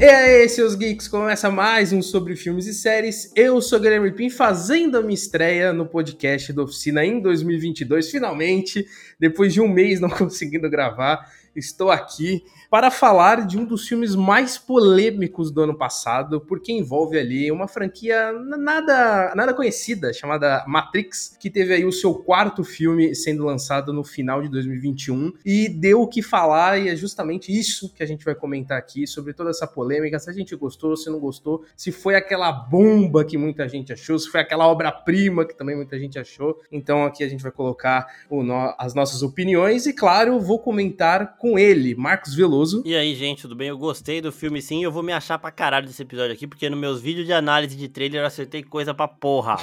E aí, seus geeks, começa mais um Sobre Filmes e Séries. Eu sou o Guilherme Pim, fazendo a minha estreia no podcast da Oficina em 2022. Finalmente, depois de um mês não conseguindo gravar, estou aqui para falar de um dos filmes mais polêmicos do ano passado, porque envolve ali uma franquia nada conhecida, chamada Matrix, que teve aí o seu quarto filme sendo lançado no final de 2021 e deu o que falar, e é justamente isso que a gente vai comentar aqui, sobre toda essa polêmica, se a gente gostou, se não gostou, se foi aquela bomba que muita gente achou, se foi aquela obra-prima que também muita gente achou. Então aqui a gente vai colocar as nossas opiniões e, claro, vou comentar com ele, Marcos Veloso. E aí, gente, tudo bem? Eu gostei do filme, sim, eu vou me achar pra caralho desse episódio aqui, porque nos meus vídeos de análise de trailer eu acertei coisa pra porra.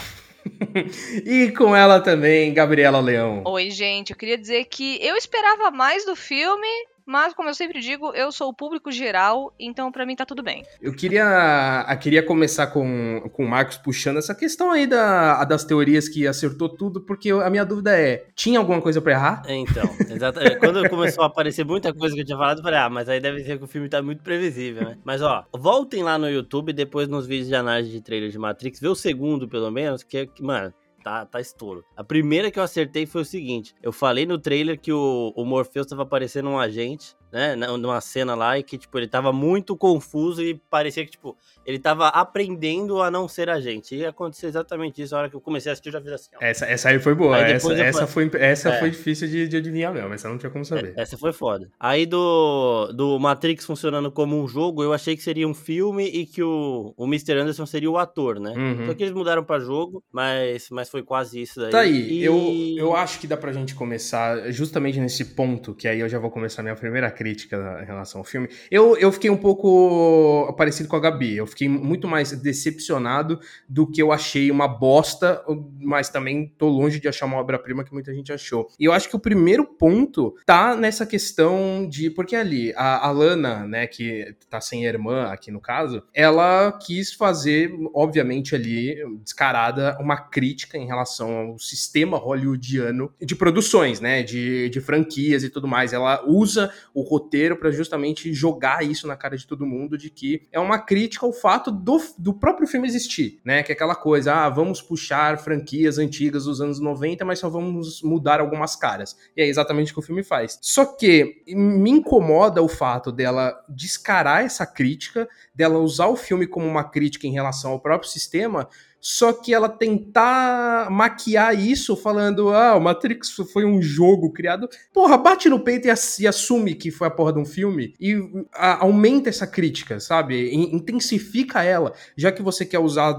E com ela também, Gabriela Leão. Oi, gente, eu queria dizer que eu esperava mais do filme, mas, como eu sempre digo, eu sou o público geral, então pra mim tá tudo bem. Eu queria começar com o Marcos puxando essa questão aí das teorias que acertou tudo, porque a minha dúvida é, tinha alguma coisa pra errar? Então, exatamente. Quando começou a aparecer muita coisa que eu tinha falado, eu falei, mas aí deve ser que o filme tá muito previsível, né? Mas, voltem lá no YouTube, depois nos vídeos de análise de trailer de Matrix, vê o segundo, pelo menos, que mano... Tá estouro. A primeira que eu acertei foi o seguinte: eu falei no trailer que o Morpheus tava parecendo um agente, né, numa cena lá, e que, tipo, ele tava muito confuso e parecia que, tipo, ele tava aprendendo a não ser agente. E aconteceu exatamente isso. A hora que eu comecei a assistir, eu já fiz assim, ó. Essa aí foi boa. Aí Essa foi difícil de adivinhar mesmo. Essa não tinha como saber. Essa foi foda. Aí do Matrix funcionando como um jogo, eu achei que seria um filme e que o Mr. Anderson seria o ator, né? Uhum. Só que eles mudaram pra jogo, mas foi quase isso daí. Tá aí, eu acho que dá pra gente começar justamente nesse ponto, que aí eu já vou começar a minha primeira crítica em relação ao filme. Eu fiquei um pouco parecido com a Gabi, eu fiquei muito mais decepcionado do que eu achei uma bosta, mas também tô longe de achar uma obra-prima que muita gente achou. E eu acho que o primeiro ponto tá nessa questão de, porque ali, a Lana, né, que tá sem irmã aqui no caso, ela quis fazer, obviamente ali, descarada, uma crítica em relação ao sistema hollywoodiano de produções, né, de franquias e tudo mais. Ela usa o roteiro para justamente jogar isso na cara de todo mundo, de que é uma crítica ao fato do próprio filme existir, né, que é aquela coisa, vamos puxar franquias antigas dos anos 90, mas só vamos mudar algumas caras. E é exatamente o que o filme faz. Só que me incomoda o fato dela descarar essa crítica, dela usar o filme como uma crítica em relação ao próprio sistema, só que ela tentar maquiar isso falando, o Matrix foi um jogo criado. Porra, bate no peito e assume que foi a porra de um filme e aumenta essa crítica, sabe? Intensifica ela, já que você quer usar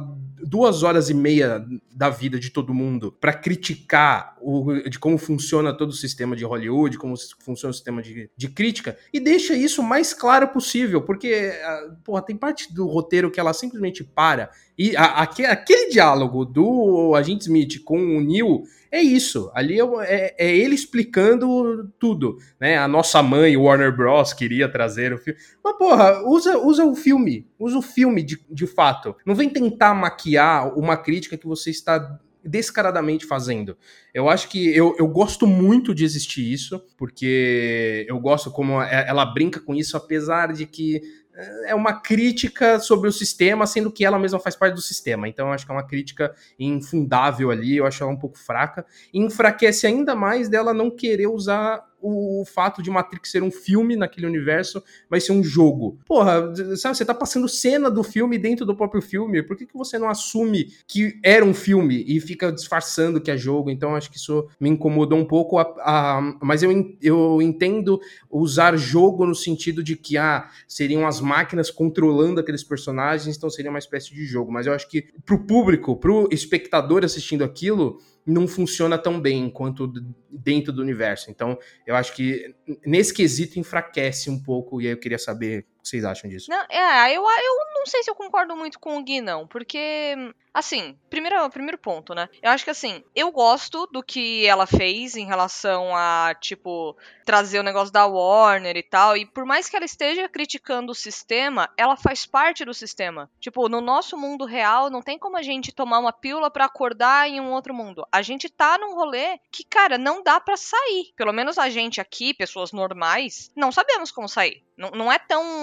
2h30 da vida de todo mundo pra criticar de como funciona todo o sistema de Hollywood, como funciona o sistema de crítica, e deixa isso o mais claro possível, porque, porra, tem parte do roteiro que ela simplesmente para. E aquele diálogo do Agente Smith com o Neo é isso. Ali é ele explicando tudo, né? A nossa mãe, Warner Bros, queria trazer o filme. Mas, porra, usa o filme. Usa o filme de fato. Não vem tentar maquiar uma crítica que você está descaradamente fazendo. Eu acho que eu gosto muito de existir isso, porque eu gosto como ela brinca com isso, apesar de que é uma crítica sobre o sistema, sendo que ela mesma faz parte do sistema. Então eu acho que é uma crítica infundável ali, eu acho ela um pouco fraca. E enfraquece ainda mais dela não querer usar o fato de Matrix ser um filme naquele universo, vai ser um jogo. Porra, sabe, você tá passando cena do filme dentro do próprio filme, por que você não assume que era um filme e fica disfarçando que é jogo? Então acho que isso me incomodou um pouco, mas eu entendo usar jogo no sentido de que seriam as máquinas controlando aqueles personagens, então seria uma espécie de jogo, mas eu acho que pro público, pro espectador assistindo aquilo, não funciona tão bem quanto dentro do universo. Então, eu acho que nesse quesito enfraquece um pouco, e aí eu queria saber o que vocês acham disso. Não, eu não sei se eu concordo muito com o Gui, não, porque, assim, primeiro ponto, né? Eu acho que, assim, eu gosto do que ela fez em relação a, tipo, trazer o negócio da Warner e tal, e por mais que ela esteja criticando o sistema, ela faz parte do sistema. Tipo, no nosso mundo real, não tem como a gente tomar uma pílula pra acordar em um outro mundo. A gente tá num rolê que, cara, não dá pra sair. Pelo menos a gente aqui, pessoas normais, não sabemos como sair. Não é tão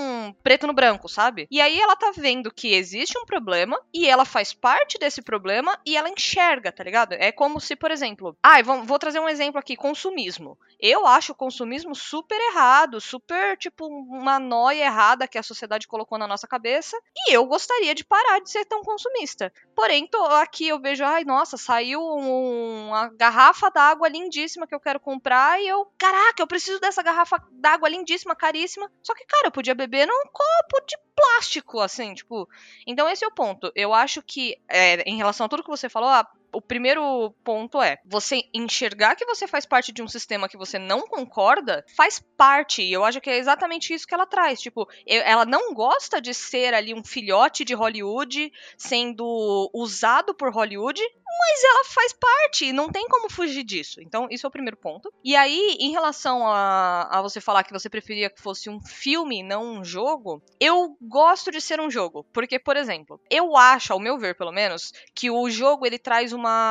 preto no branco, sabe? E aí ela tá vendo que existe um problema e ela faz parte desse problema e ela enxerga, tá ligado? É como se, por exemplo, vou trazer um exemplo aqui, consumismo. Eu acho o consumismo super errado, super, tipo, uma noia errada que a sociedade colocou na nossa cabeça, e eu gostaria de parar de ser tão consumista. Porém, aqui eu vejo, nossa, saiu uma garrafa d'água lindíssima que eu quero comprar e caraca, eu preciso dessa garrafa d'água lindíssima, caríssima. Só que, cara, eu podia beber num copo de plástico, assim, tipo. Então esse é o ponto. Eu acho que, em relação a tudo que você falou, o primeiro ponto é você enxergar que você faz parte de um sistema que você não concorda, faz parte. E eu acho que é exatamente isso que ela traz. Tipo, ela não gosta de ser ali um filhote de Hollywood sendo usado por Hollywood, mas ela faz parte e não tem como fugir disso. Então, isso é o primeiro ponto. E aí, em relação a você falar que você preferia que fosse um filme, não um jogo, eu gosto de ser um jogo. Porque, por exemplo, eu acho, ao meu ver pelo menos, que o jogo ele traz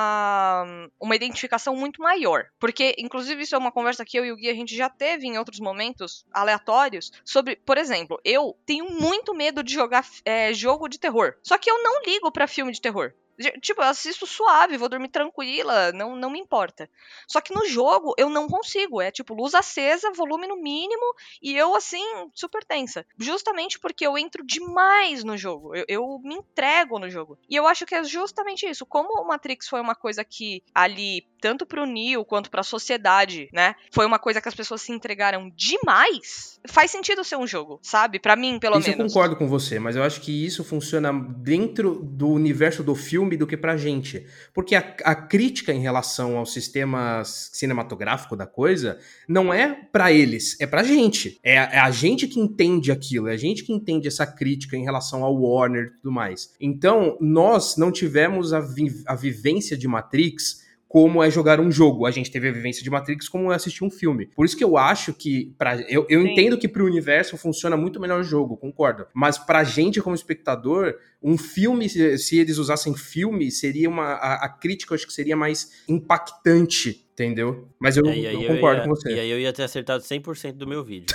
uma identificação muito maior. Porque, inclusive, isso é uma conversa que eu e o Gui a gente já teve em outros momentos aleatórios sobre, por exemplo, eu tenho muito medo de jogar jogo de terror. Só que eu não ligo pra filme de terror. Tipo, eu assisto suave, vou dormir tranquila, não me importa. Só que no jogo eu não consigo. É tipo, luz acesa, volume no mínimo, e eu, assim, super tensa. Justamente porque eu entro demais no jogo. Eu me entrego no jogo. E eu acho que é justamente isso. Como o Matrix foi uma coisa que ali, tanto pro Neo quanto pra sociedade, né? Foi uma coisa que as pessoas se entregaram demais. Faz sentido ser um jogo, sabe? Pra mim, pelo menos. Isso eu concordo com você, mas eu acho que isso funciona dentro do universo do filme do que pra gente. Porque a crítica em relação ao sistema cinematográfico da coisa não é pra eles, é pra gente. É a gente que entende aquilo, é a gente que entende essa crítica em relação ao Warner e tudo mais. Então, nós não tivemos a vivência de Matrix como é jogar um jogo. A gente teve a vivência de Matrix como é assistir um filme. Por isso que eu acho que eu entendo que pro universo funciona muito melhor o jogo, concordo. Mas pra gente como espectador, um filme, se eles usassem filme, seria a crítica, eu acho que seria mais impactante, entendeu? Mas eu concordo com você. E aí eu ia ter acertado 100% do meu vídeo.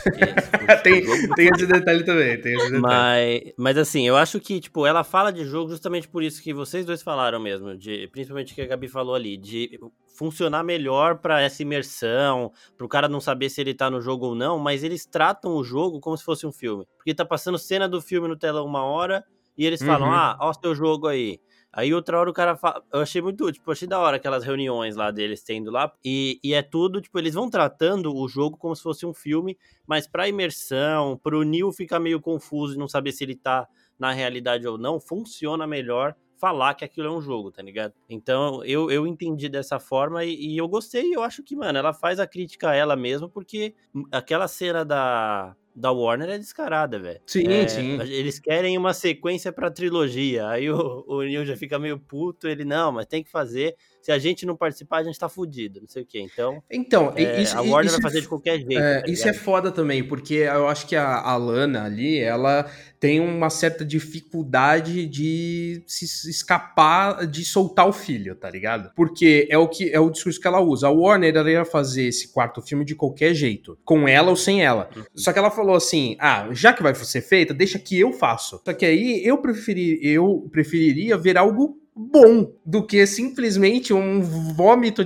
Tem esse detalhe também, tem esse detalhe. Mas assim, eu acho que, tipo, ela fala de jogo justamente por isso que vocês dois falaram mesmo, principalmente o que a Gabi falou ali, de funcionar melhor pra essa imersão, pro cara não saber se ele tá no jogo ou não, mas eles tratam o jogo como se fosse um filme. Porque tá passando cena do filme no telão 1 hora, e eles falam, ó, seu jogo aí. Aí outra hora o cara fala, eu achei achei da hora aquelas reuniões lá deles tendo lá, e é tudo, tipo, eles vão tratando o jogo como se fosse um filme, mas pra imersão, pro Neo ficar meio confuso e não saber se ele tá na realidade ou não, funciona melhor falar que aquilo é um jogo, tá ligado? Então, eu entendi dessa forma e eu gostei, eu acho que, mano, ela faz a crítica a ela mesma, porque aquela cena da Warner é descarada, velho. Sim, sim. Eles querem uma sequência pra trilogia. Aí o Neil já fica meio puto. Ele, não, mas tem que fazer. Se a gente não participar, a gente tá fudido. Não sei o quê. Então a Warner vai fazer de qualquer jeito. Tá isso é foda também, porque eu acho que a Lana ali, ela tem uma certa dificuldade de se escapar, de soltar o filho, tá ligado? Porque é o discurso que ela usa. A Warner, ela ia fazer esse quarto filme de qualquer jeito, com ela ou sem ela. Só que ela falou assim, já que vai ser feita, deixa que eu faço. Só que aí eu preferiria ver algo bom do que simplesmente um vômito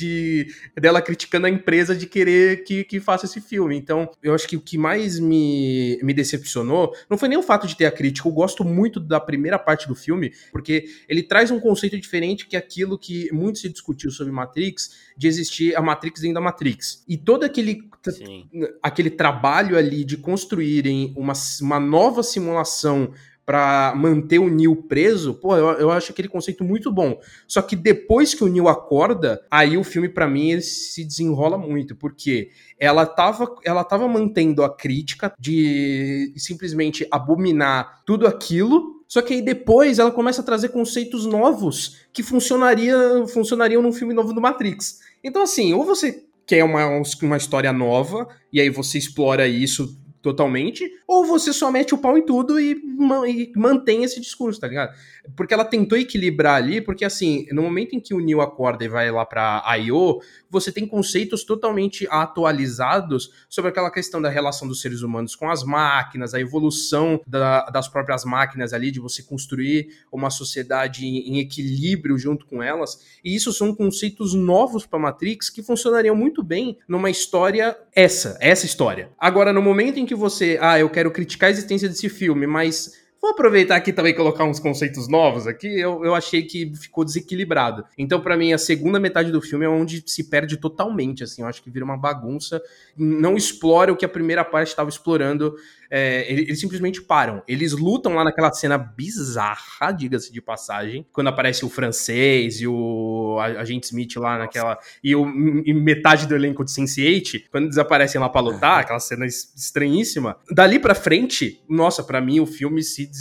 dela criticando a empresa de querer que faça esse filme. Então, eu acho que o que mais me decepcionou não foi nem o fato de ter a crítica. Eu gosto muito da primeira parte do filme, porque ele traz um conceito diferente que aquilo que muito se discutiu sobre Matrix, de existir a Matrix dentro da Matrix. E todo aquele trabalho ali de construírem uma nova simulação pra manter o Neo preso, eu acho aquele conceito muito bom. Só que depois que o Neo acorda, aí o filme, pra mim, ele se desenrola muito, porque ela tava mantendo a crítica de simplesmente abominar tudo aquilo, só que aí depois ela começa a trazer conceitos novos que funcionariam num filme novo do Matrix. Então, assim, ou você quer uma história nova, e aí você explora isso totalmente, ou você só mete o pau em tudo e mantém esse discurso, tá ligado? Porque ela tentou equilibrar ali, porque assim, no momento em que o Neo acorda e vai lá pra I.O., você tem conceitos totalmente atualizados sobre aquela questão da relação dos seres humanos com as máquinas, a evolução das próprias máquinas ali, de você construir uma sociedade em equilíbrio junto com elas, e isso são conceitos novos para Matrix que funcionariam muito bem numa história essa história. Agora, no momento em que você, eu quero criticar a existência desse filme, mas vou aproveitar aqui também e colocar uns conceitos novos aqui, eu achei que ficou desequilibrado. Então, pra mim, a segunda metade do filme é onde se perde totalmente, assim, eu acho que vira uma bagunça, não explora o que a primeira parte estava explorando, eles simplesmente param. Eles lutam lá naquela cena bizarra, diga-se de passagem, quando aparece o francês e o agente Smith lá naquela... E metade do elenco de Sense8, quando eles aparecem lá pra lutar, aquela cena estranhíssima. Dali pra frente, nossa, pra mim o filme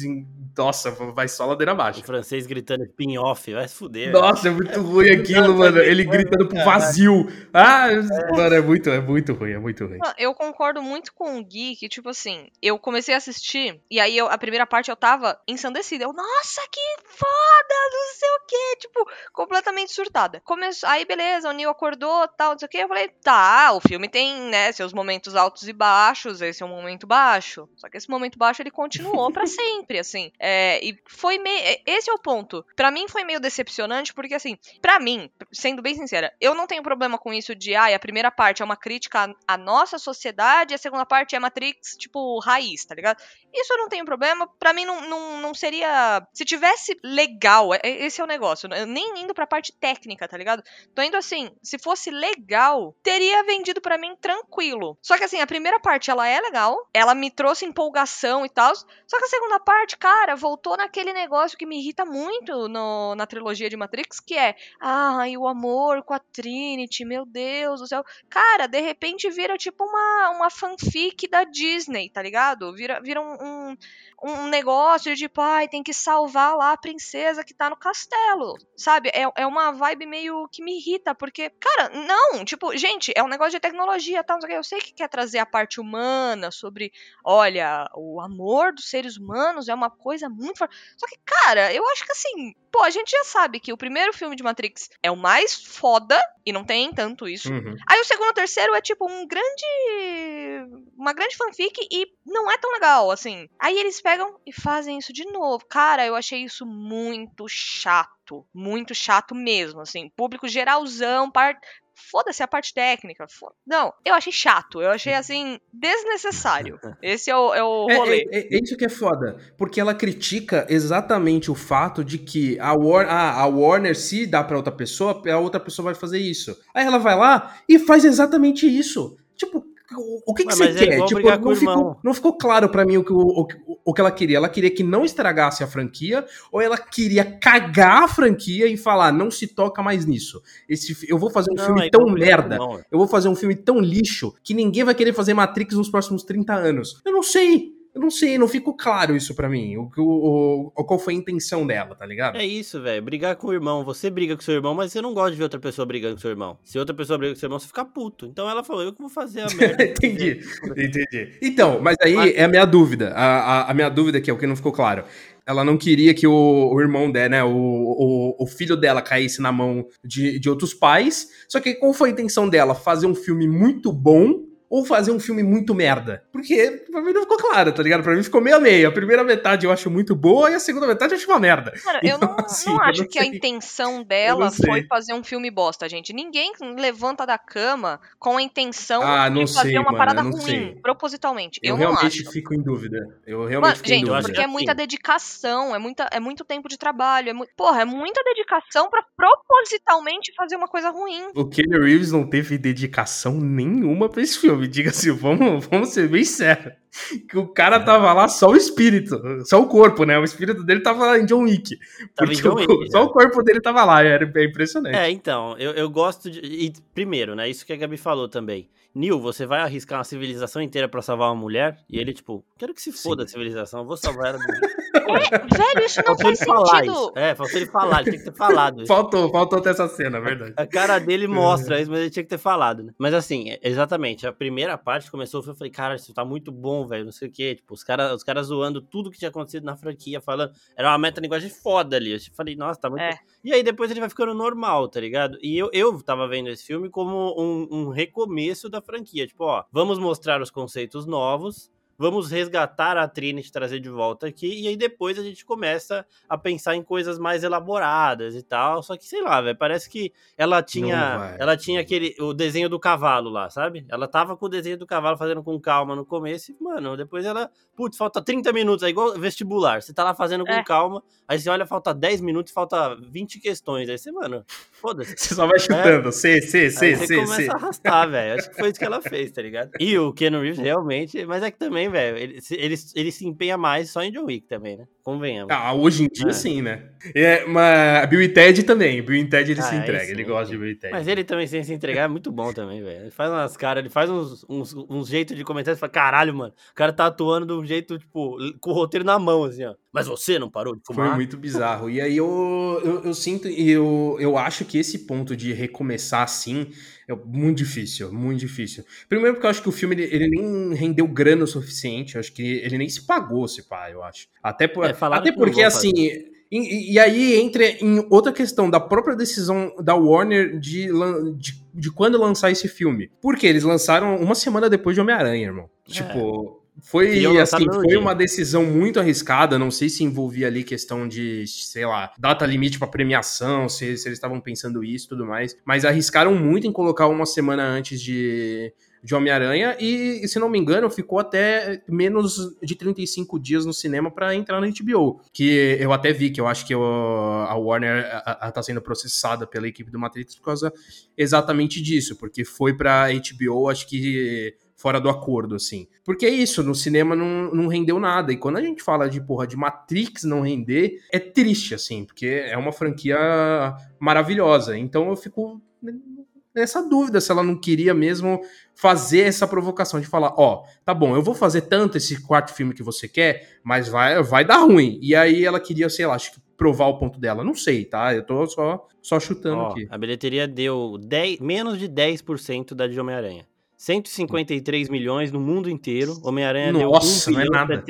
Nossa, vai só ladeira abaixo. O francês gritando spin-off, vai se fuder. Nossa, é muito ruim aquilo, mano. Ele gritando pro vazio. Mano, é muito ruim, é muito ruim. Eu concordo muito com o Gui, que, tipo assim, eu comecei a assistir, e aí a primeira parte eu tava ensandecida. Nossa, que foda, não sei o quê. Tipo, completamente surtada. Aí, beleza, o Neo acordou, tal, não sei o quê. Eu falei, tá, o filme tem, né, seus momentos altos e baixos, esse é um momento baixo. Só que esse momento baixo, ele continuou pra sempre, assim. E foi meio... Esse é o ponto. Pra mim foi meio decepcionante, porque assim, pra mim, sendo bem sincera, eu não tenho problema com isso de, a primeira parte é uma crítica à nossa sociedade, e a segunda parte é Matrix, tipo, raiz, tá ligado? Isso eu não tenho problema, pra mim não seria... Se tivesse legal, esse é o negócio, eu nem indo pra parte técnica, tá ligado? Tô indo assim, se fosse legal, teria vendido pra mim tranquilo. Só que assim, a primeira parte, ela é legal, ela me trouxe empolgação e tal, só que a segunda parte, cara, voltou naquele negócio que me irrita muito na trilogia de Matrix, que é, e o amor com a Trinity, meu Deus do céu. Cara, de repente vira tipo uma fanfic da Disney, tá ligado? Vira um negócio de, tem que salvar lá a princesa que tá no castelo, sabe? É uma vibe meio que me irrita, porque, cara, não, tipo, gente, é um negócio de tecnologia, tá? Eu sei que quer trazer a parte humana sobre, olha, o amor dos seres humanos é uma coisa muito forte. Só que, cara, eu acho que assim, a gente já sabe que o primeiro filme de Matrix é o mais foda, e não tem tanto isso. Uhum. Aí o segundo e o terceiro é tipo uma grande fanfic e não é tão legal, assim. Aí eles pegam e fazem isso de novo. Cara, eu achei isso muito chato mesmo, assim. Público geralzão, foda-se a parte técnica. Não, eu achei chato. Eu achei, assim, desnecessário. Esse é o rolê. É isso que é foda. Porque ela critica exatamente o fato de que a Warner, se dá pra outra pessoa, a outra pessoa vai fazer isso. Aí ela vai lá e faz exatamente isso. Tipo, o que você quer? Tipo, não ficou claro pra mim o que ela queria. Ela queria que não estragasse a franquia, ou ela queria cagar a franquia e falar, não se toca mais nisso. Eu vou fazer um filme tão merda, eu vou fazer um filme tão lixo, que ninguém vai querer fazer Matrix nos próximos 30 anos. Eu não sei, não ficou claro isso pra mim, qual foi a intenção dela, tá ligado? É isso, velho, brigar com o irmão, você briga com seu irmão, mas você não gosta de ver outra pessoa brigando com seu irmão. Se outra pessoa briga com seu irmão, você fica puto. Então ela falou, eu que vou fazer a merda. Entendi. Então, mas aí é a minha dúvida, a minha dúvida que é o que não ficou claro. Ela não queria que o irmão dela, né, o filho dela caísse na mão de outros pais, só que qual foi a intenção dela? Fazer um filme muito bom ou fazer um filme muito merda? Porque pra mim não ficou claro, tá ligado? Pra mim ficou meio a meio. A primeira metade eu acho muito boa e a segunda metade eu acho uma merda. Cara, eu não acho que a intenção dela foi fazer um filme bosta, gente. Ninguém levanta da cama com a intenção de fazer uma parada ruim, propositalmente. Eu não realmente fico em dúvida. Gente, porque é muita dedicação, é muito tempo de trabalho, é muita dedicação pra propositalmente fazer uma coisa ruim. O Keanu Reeves não teve dedicação nenhuma pra esse filme. Diga-se, vamos ser bem sérios. Que o cara tava lá só o espírito, só o corpo, né? O espírito dele tava em John Wick. Só o corpo dele tava lá, era impressionante. Então, eu gosto de... E, primeiro, né? Isso que a Gabi falou também. Neo, você vai arriscar uma civilização inteira pra salvar uma mulher? E ele, tipo, quero que se foda a civilização, eu vou salvar ela. Velho, isso não faz sentido. Faltou ele falar, ele tinha que ter falado. Faltou até essa cena, verdade. A cara dele mostra isso, mas ele tinha que ter falado, né? Mas assim, exatamente, a primeira parte começou, eu falei, cara, isso tá muito bom, não, velho, não sei o quê. Tipo, os caras zoando tudo que tinha acontecido na franquia, falando. Era uma metalinguagem foda ali. Eu falei, nossa, tá muito. E aí depois ele vai ficando normal, tá ligado? E eu tava vendo esse filme como um recomeço da franquia. Tipo, ó, vamos mostrar os conceitos novos. Vamos resgatar a Trinity, trazer de volta aqui, e aí depois a gente começa a pensar em coisas mais elaboradas e tal, só que, sei lá, velho, parece que ela tinha o desenho do cavalo lá, sabe? Ela tava com o desenho do cavalo fazendo com calma no começo, e, mano, depois ela, putz, falta 30 minutos, é igual vestibular, você tá lá fazendo com calma, aí você olha, falta 10 minutos, falta 20 questões, aí você, mano, foda-se. Você só vai chutando, C. Você começa a arrastar, velho, acho que foi isso que ela fez, tá ligado? E o Keanu Reeves realmente, mas é que também, velho, ele se empenha mais só em John Wick também, né? Convenhamos. Hoje em dia sim, né? Mas Bill e Ted também. Bill e Ted ele se entrega, ele gosta de Bill e Ted. Mas ele também sem se entregar é muito bom também, velho. Ele faz umas caras, ele faz uns jeitos de comentar, você fala, caralho, mano, o cara tá atuando de um jeito, tipo, com o roteiro na mão, assim, ó. Mas você não parou de fumar? Foi muito bizarro. E aí eu sinto, e eu acho que esse ponto de recomeçar assim é muito difícil, muito difícil. Primeiro porque eu acho que o filme, ele nem rendeu grana o suficiente, eu acho que ele nem se pagou, se pá, eu acho. Até porque, assim... E aí entra em outra questão da própria decisão da Warner de quando lançar esse filme. Porque eles lançaram uma semana depois de Homem-Aranha, irmão. Tipo... Foi uma decisão muito arriscada, não sei se envolvia ali questão de, sei lá, data limite pra premiação, se eles estavam pensando isso e tudo mais, mas arriscaram muito em colocar uma semana antes de Homem-Aranha e, se não me engano, ficou até menos de 35 dias no cinema pra entrar no HBO, que eu até vi que eu acho que a Warner tá sendo processada pela equipe do Matrix por causa exatamente disso, porque foi pra HBO, acho que fora do acordo, assim. Porque é isso, no cinema não rendeu nada. E quando a gente fala de Matrix não render, é triste, assim, porque é uma franquia maravilhosa. Então eu fico nessa dúvida se ela não queria mesmo fazer essa provocação de falar, tá bom, eu vou fazer tanto esse quarto filme que você quer, mas vai dar ruim. E aí ela queria, sei lá, acho que provar o ponto dela. Não sei, tá? Eu tô só chutando aqui. A bilheteria deu menos de 10% da de Homem-Aranha. 153 milhões no mundo inteiro. Homem-Aranha deu 1 não é nada.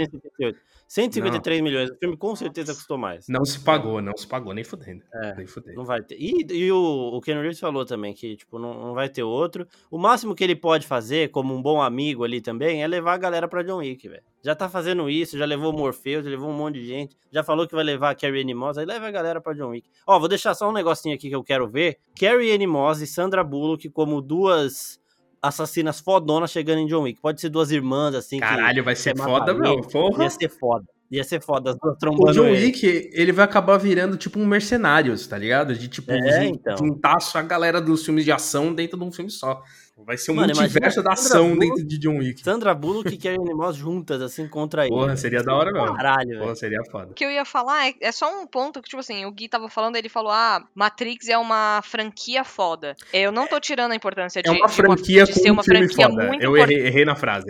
153 milhões. O filme com certeza custou mais. Não se pagou, nem fudendo. Não vai ter. E o Keanu Reeves falou também que, tipo, não vai ter outro. O máximo que ele pode fazer, como um bom amigo ali também, é levar a galera pra John Wick, velho. Já tá fazendo isso, já levou o Morpheus, já levou um monte de gente. Já falou que vai levar a Carrie-Anne Moss, aí leva a galera pra John Wick. Vou deixar só um negocinho aqui que eu quero ver. Carrie-Anne Moss e Sandra Bullock como duas assassinas fodonas chegando em John Wick. Pode ser duas irmãs, assim. Caralho, vai ser foda, meu. Porra. Ia ser foda, as duas trombando. O John Wick, ele vai acabar virando tipo um Mercenários, tá ligado? De tipo, juntar só a galera dos filmes de ação dentro de um filme só. Vai ser um multiverso da ação dentro de John Wick. Sandra Bullock e Carrie-Anne Moss juntas, assim, contra ele. Porra, seria da hora mesmo. Caralho, porra, seria foda. O que eu ia falar é só um ponto que, tipo assim, o Gui tava falando, ele falou, Matrix é uma franquia foda. Eu não tô tirando a importância de, uma franquia de ser uma franquia foda. Muito eu errei na frase.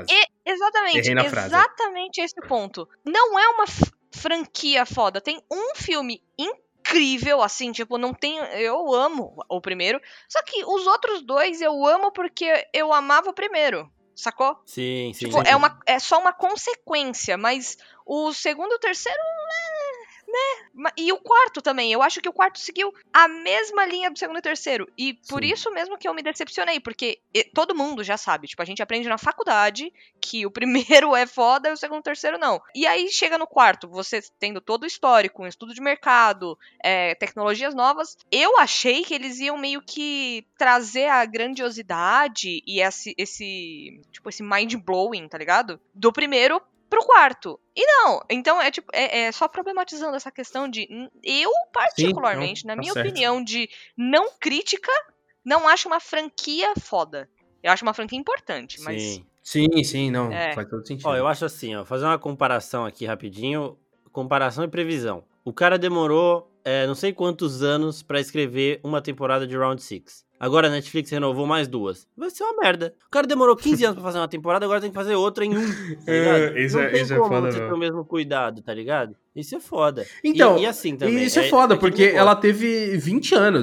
Exatamente esse ponto. Não é uma franquia foda. Tem um filme incrível, assim, tipo, não tem... Eu amo o primeiro, só que os outros dois eu amo porque eu amava o primeiro, sacou? Sim. Tipo, é só uma consequência, mas o segundo e o terceiro... né? E o quarto também, eu acho que o quarto seguiu a mesma linha do segundo e terceiro, e por isso mesmo que eu me decepcionei, porque todo mundo já sabe, tipo, a gente aprende na faculdade que o primeiro é foda e o segundo e o terceiro não. E aí chega no quarto, você tendo todo o histórico, um estudo de mercado, tecnologias novas, eu achei que eles iam meio que trazer a grandiosidade e esse mind-blowing, tá ligado? Do primeiro pro quarto. E não, então é só problematizando essa questão de... Eu, particularmente, na minha opinião de não crítica, não acho uma franquia foda. Eu acho uma franquia importante, mas... Sim, não, faz todo sentido. Eu acho assim, fazer uma comparação aqui rapidinho, comparação e previsão. O cara demorou não sei quantos anos pra escrever uma temporada de Round 6. Agora a Netflix renovou mais 2. Vai ser uma merda. O cara demorou 15 anos pra fazer uma temporada, agora tem que fazer outra em 1. Tá ligado? Isso é foda, você ter o mesmo cuidado, tá ligado? Isso é foda. Então, e assim também. Isso é foda, porque ela teve 20 anos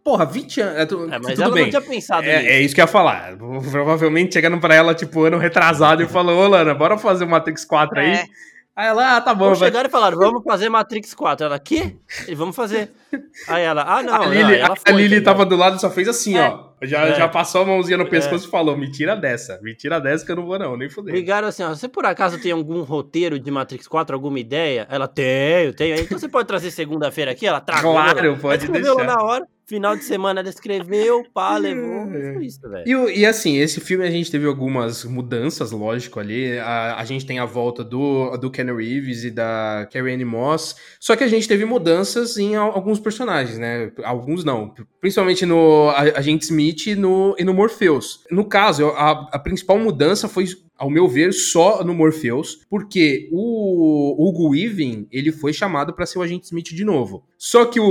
Porra, 20 anos. Mas Tudo ela bem. não tinha pensado nisso. É isso que eu ia falar. Provavelmente chegando pra ela, tipo, ano retrasado e falou: ô, Lana, bora fazer o Matrix 4 aí? Aí ela, tá bom, Ou vai. chegaram e falaram, vamos fazer Matrix 4. Ela, quê? Vamos fazer. Aí ela, não. Ela A Lily tá tava do lado e só fez assim, ó. Já passou a mãozinha no pescoço e falou: me tira dessa que eu não vou, não, nem fudeu. Ligaram assim, ó, você por acaso tem algum roteiro de Matrix 4, alguma ideia? Ela, tenho. Então você pode trazer segunda-feira aqui? Ela, Claro, pode escreveu deixar. lá na hora, final de semana ela escreveu, pá, levou, foi isso, velho. E assim, esse filme a gente teve algumas mudanças, lógico, ali. A gente tem a volta do Keanu Reeves e da Carrie-Anne Moss, só que a gente teve mudanças em alguns personagens, né? Alguns não. Principalmente no Agente Smith e no Morpheus. No caso, a principal mudança foi, ao meu ver, só no Morpheus, porque o Hugo Weaving, ele foi chamado para ser o Agente Smith de novo. Só que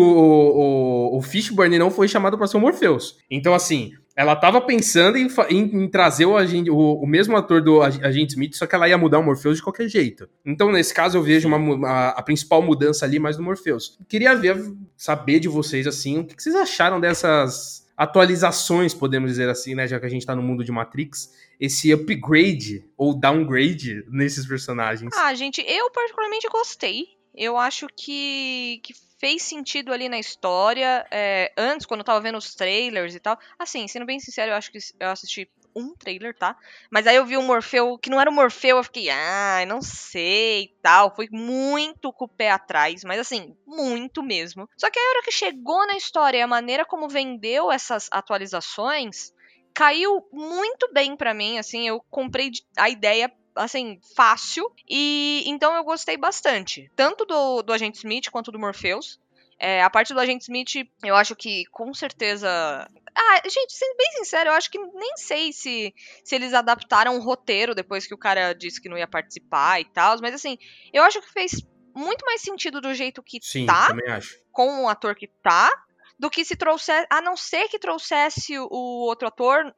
o Fishburne não foi chamado para ser o Morpheus. Então, assim, ela tava pensando em trazer o mesmo ator do Agente Smith, só que ela ia mudar o Morpheus de qualquer jeito. Então, nesse caso, eu vejo a principal mudança ali mais no Morpheus. Queria saber de vocês, assim, o que vocês acharam dessas atualizações, podemos dizer assim, né, já que a gente tá no mundo de Matrix, esse upgrade ou downgrade nesses personagens. Gente, eu particularmente gostei. Eu acho que fez sentido ali na história. Antes, quando eu tava vendo os trailers e tal, assim, sendo bem sincero, eu acho que eu assisti um trailer, tá? Mas aí eu vi o Morfeu, que não era o Morfeu, eu fiquei, não sei e tal. Foi muito com o pé atrás, mas assim, muito mesmo. Só que aí a hora que chegou na história e a maneira como vendeu essas atualizações, caiu muito bem pra mim, assim, eu comprei a ideia assim, fácil, e então eu gostei bastante, tanto do Agente Smith quanto do Morpheus. A parte do Agente Smith, eu acho que com certeza... gente, sendo bem sincero, eu acho que nem sei se eles adaptaram o roteiro depois que o cara disse que não ia participar e tal, mas assim, eu acho que fez muito mais sentido do jeito que Sim, tá, também acho. com o ator que tá, do que se trouxesse, a não ser que trouxesse o outro ator,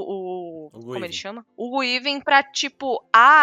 como ele chama? O Weaving pra, tipo,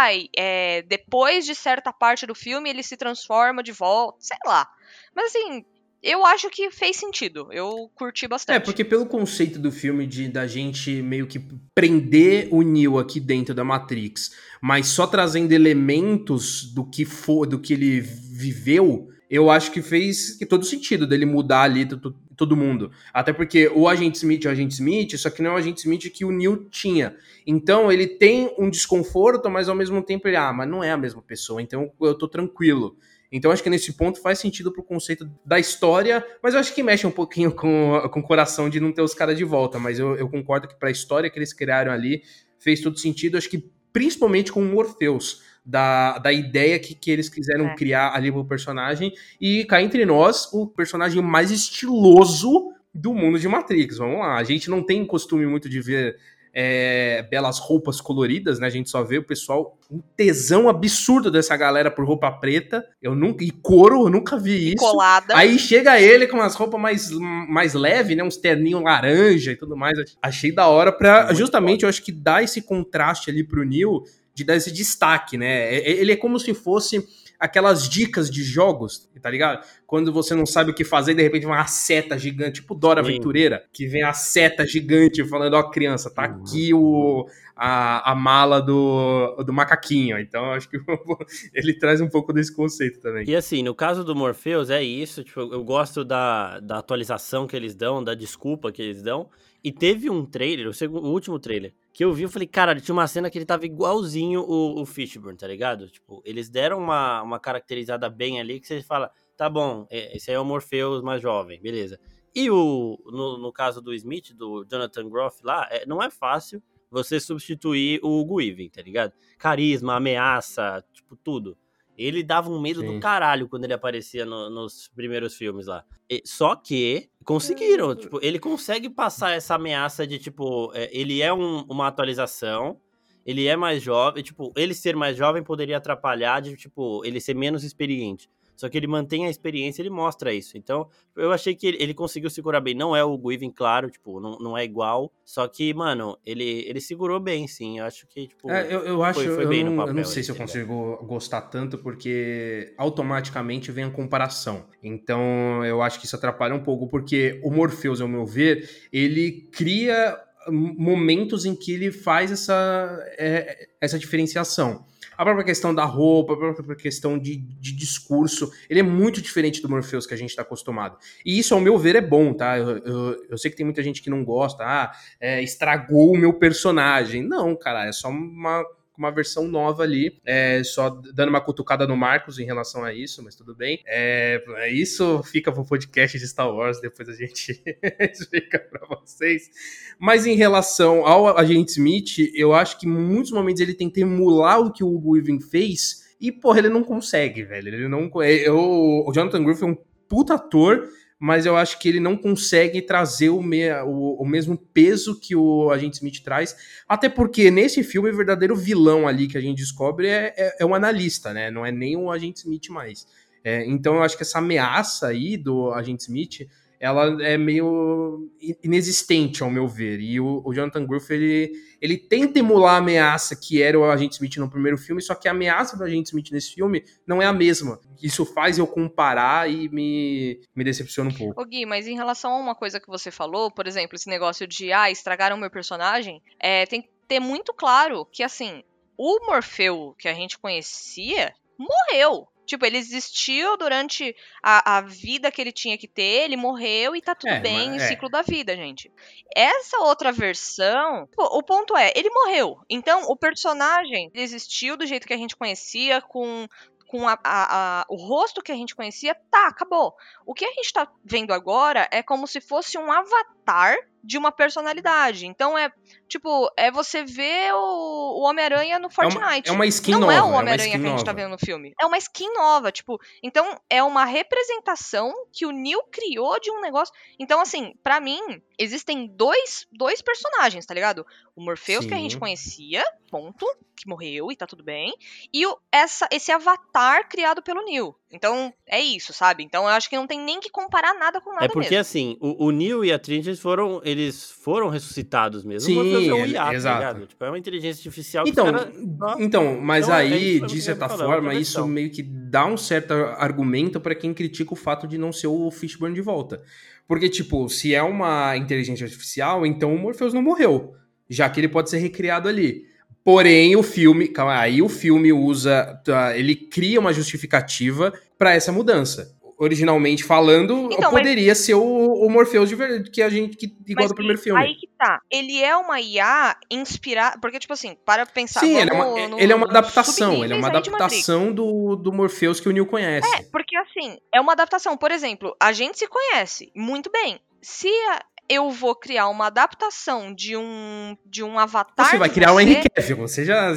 depois de certa parte do filme ele se transforma de volta, sei lá. Mas assim, eu acho que fez sentido, eu curti bastante. Porque pelo conceito do filme da gente meio que prender o Neo aqui dentro da Matrix, mas só trazendo elementos do que ele viveu, eu acho que fez todo sentido dele mudar ali todo mundo. Até porque o Agente Smith é o Agente Smith, só que não é o Agente Smith que o Neo tinha. Então ele tem um desconforto, mas ao mesmo tempo ele, mas não é a mesma pessoa, então eu tô tranquilo. Então acho que nesse ponto faz sentido pro conceito da história, mas eu acho que mexe um pouquinho com o coração de não ter os caras de volta, mas eu concordo que pra história que eles criaram ali fez todo sentido, acho que principalmente com o Morpheus, da ideia que eles quiseram criar ali pro personagem, e cá entre nós, o personagem mais estiloso do mundo de Matrix, vamos lá, a gente não tem costume muito de ver belas roupas coloridas, né? A gente só vê o pessoal, um tesão absurdo dessa galera por roupa preta, e couro, eu nunca vi isso. Colada. Aí chega ele com umas roupas mais leves, né? Uns terninhos laranja e tudo mais. Achei da hora pra, justamente, eu acho que dar esse contraste ali pro Neo, de dar esse destaque, né? Ele é como se fosse aquelas dicas de jogos, tá ligado? Quando você não sabe o que fazer, de repente vem uma seta gigante, tipo Dora Aventureira, que vem a seta gigante falando, criança, tá aqui a mala do macaquinho. Então, acho que ele traz um pouco desse conceito também. E assim, no caso do Morpheus, é isso, tipo, eu gosto da atualização que eles dão, da desculpa que eles dão, e teve um trailer, o último trailer, que eu vi, eu falei, cara, tinha uma cena que ele tava igualzinho o Fishburne, tá ligado? Tipo, eles deram uma caracterizada bem ali, que você fala, tá bom, esse aí é o Morpheus mais jovem, beleza. E no caso do Smith, do Jonathan Groff lá, não é fácil você substituir o Hugo Weaving, tá ligado? Carisma, ameaça, tipo, tudo. Ele dava um medo do caralho quando ele aparecia nos primeiros filmes lá. Só que conseguiram, tipo, ele consegue passar essa ameaça de, tipo, ele é uma atualização, ele é mais jovem, tipo, ele ser mais jovem poderia atrapalhar de, tipo, ele ser menos experiente. Só que ele mantém a experiência, ele mostra isso. Então, eu achei que ele conseguiu segurar bem. Não é o Hugo Weaving, claro, tipo, não é igual. Só que, mano, ele segurou bem, sim. Eu acho que, tipo, eu acho, foi bem no papel. Eu não sei ali, se eu tá ligado? consigo gostar tanto, porque automaticamente vem a comparação. Então, eu acho que isso atrapalha um pouco, porque o Morpheus, ao meu ver, ele cria momentos em que ele faz essa diferenciação. A própria questão da roupa, a própria questão de discurso, ele é muito diferente do Morpheus que a gente está acostumado. E isso, ao meu ver, é bom, tá? Eu sei que tem muita gente que não gosta, estragou o meu personagem. Não, cara, é só uma versão nova ali, só dando uma cutucada no Marcos em relação a isso, mas tudo bem. Isso fica pro podcast de Star Wars, depois a gente explica pra vocês. Mas em relação ao Agente Smith, eu acho que em muitos momentos ele tenta emular o que o Hugo Weaving fez, e, porra, ele não consegue, velho. Ele não, o Jonathan Groff é um puta ator, mas eu acho que ele não consegue trazer o mesmo peso que o Agente Smith traz, até porque nesse filme o verdadeiro vilão ali que a gente descobre é um analista, né? Não é nem o Agente Smith mais. Então eu acho que essa ameaça aí do Agente Smith, ela é meio inexistente, ao meu ver. E o Jonathan Groff, ele tenta emular a ameaça que era o Agente Smith no primeiro filme, só que a ameaça do Agente Smith nesse filme não é a mesma. Isso faz eu comparar e me decepciona um pouco. Ô Gui, mas em relação a uma coisa que você falou, por exemplo, esse negócio de, estragaram meu personagem, tem que ter muito claro que, assim, o Morfeu que a gente conhecia morreu. Tipo, ele existiu durante a vida que ele tinha que ter, ele morreu e tá tudo bem, o ciclo da vida, gente. Essa outra versão, o ponto é, ele morreu. Então, o personagem existiu do jeito que a gente conhecia, com o rosto que a gente conhecia, acabou. O que a gente tá vendo agora é como se fosse um avatar de uma personalidade. Então é você ver o Homem-Aranha no Fortnite. É uma skin não nova. Não é o Homem-Aranha que a gente tá vendo no filme. É uma skin nova, tipo, então é uma representação que o Neil criou de um negócio. Então, assim, pra mim, existem dois personagens, tá ligado? O Morpheus que a gente conhecia, ponto, que morreu e tá tudo bem, e esse avatar criado pelo Neil. Então, é isso, sabe? Então, eu acho que não tem nem que comparar nada com nada mesmo. É porque, assim, o Neil e a Trinity eles foram ressuscitados mesmo. Sim, o Morpheus é um IA, exato. tá ligado? Tipo, é uma inteligência artificial que mas então, aí, de certa forma, isso meio que dá um certo argumento pra quem critica o fato de não ser o Fishburne de volta. Porque, tipo, se é uma inteligência artificial, então o Morpheus não morreu, já que ele pode ser recriado ali. Porém, o filme usa, ele cria uma justificativa pra essa mudança. Originalmente falando, então, poderia ser o Morpheus igual do primeiro filme. Aí que tá. Ele é uma IA inspirada. Porque, tipo assim, para pensar. Sim, ele é uma adaptação. Ele é uma adaptação do Morpheus que o Neil conhece. Porque assim, é uma adaptação. Por exemplo, a gente se conhece muito bem. Se eu vou criar uma adaptação de um avatar. Você vai criar um Henry Cavill. Você já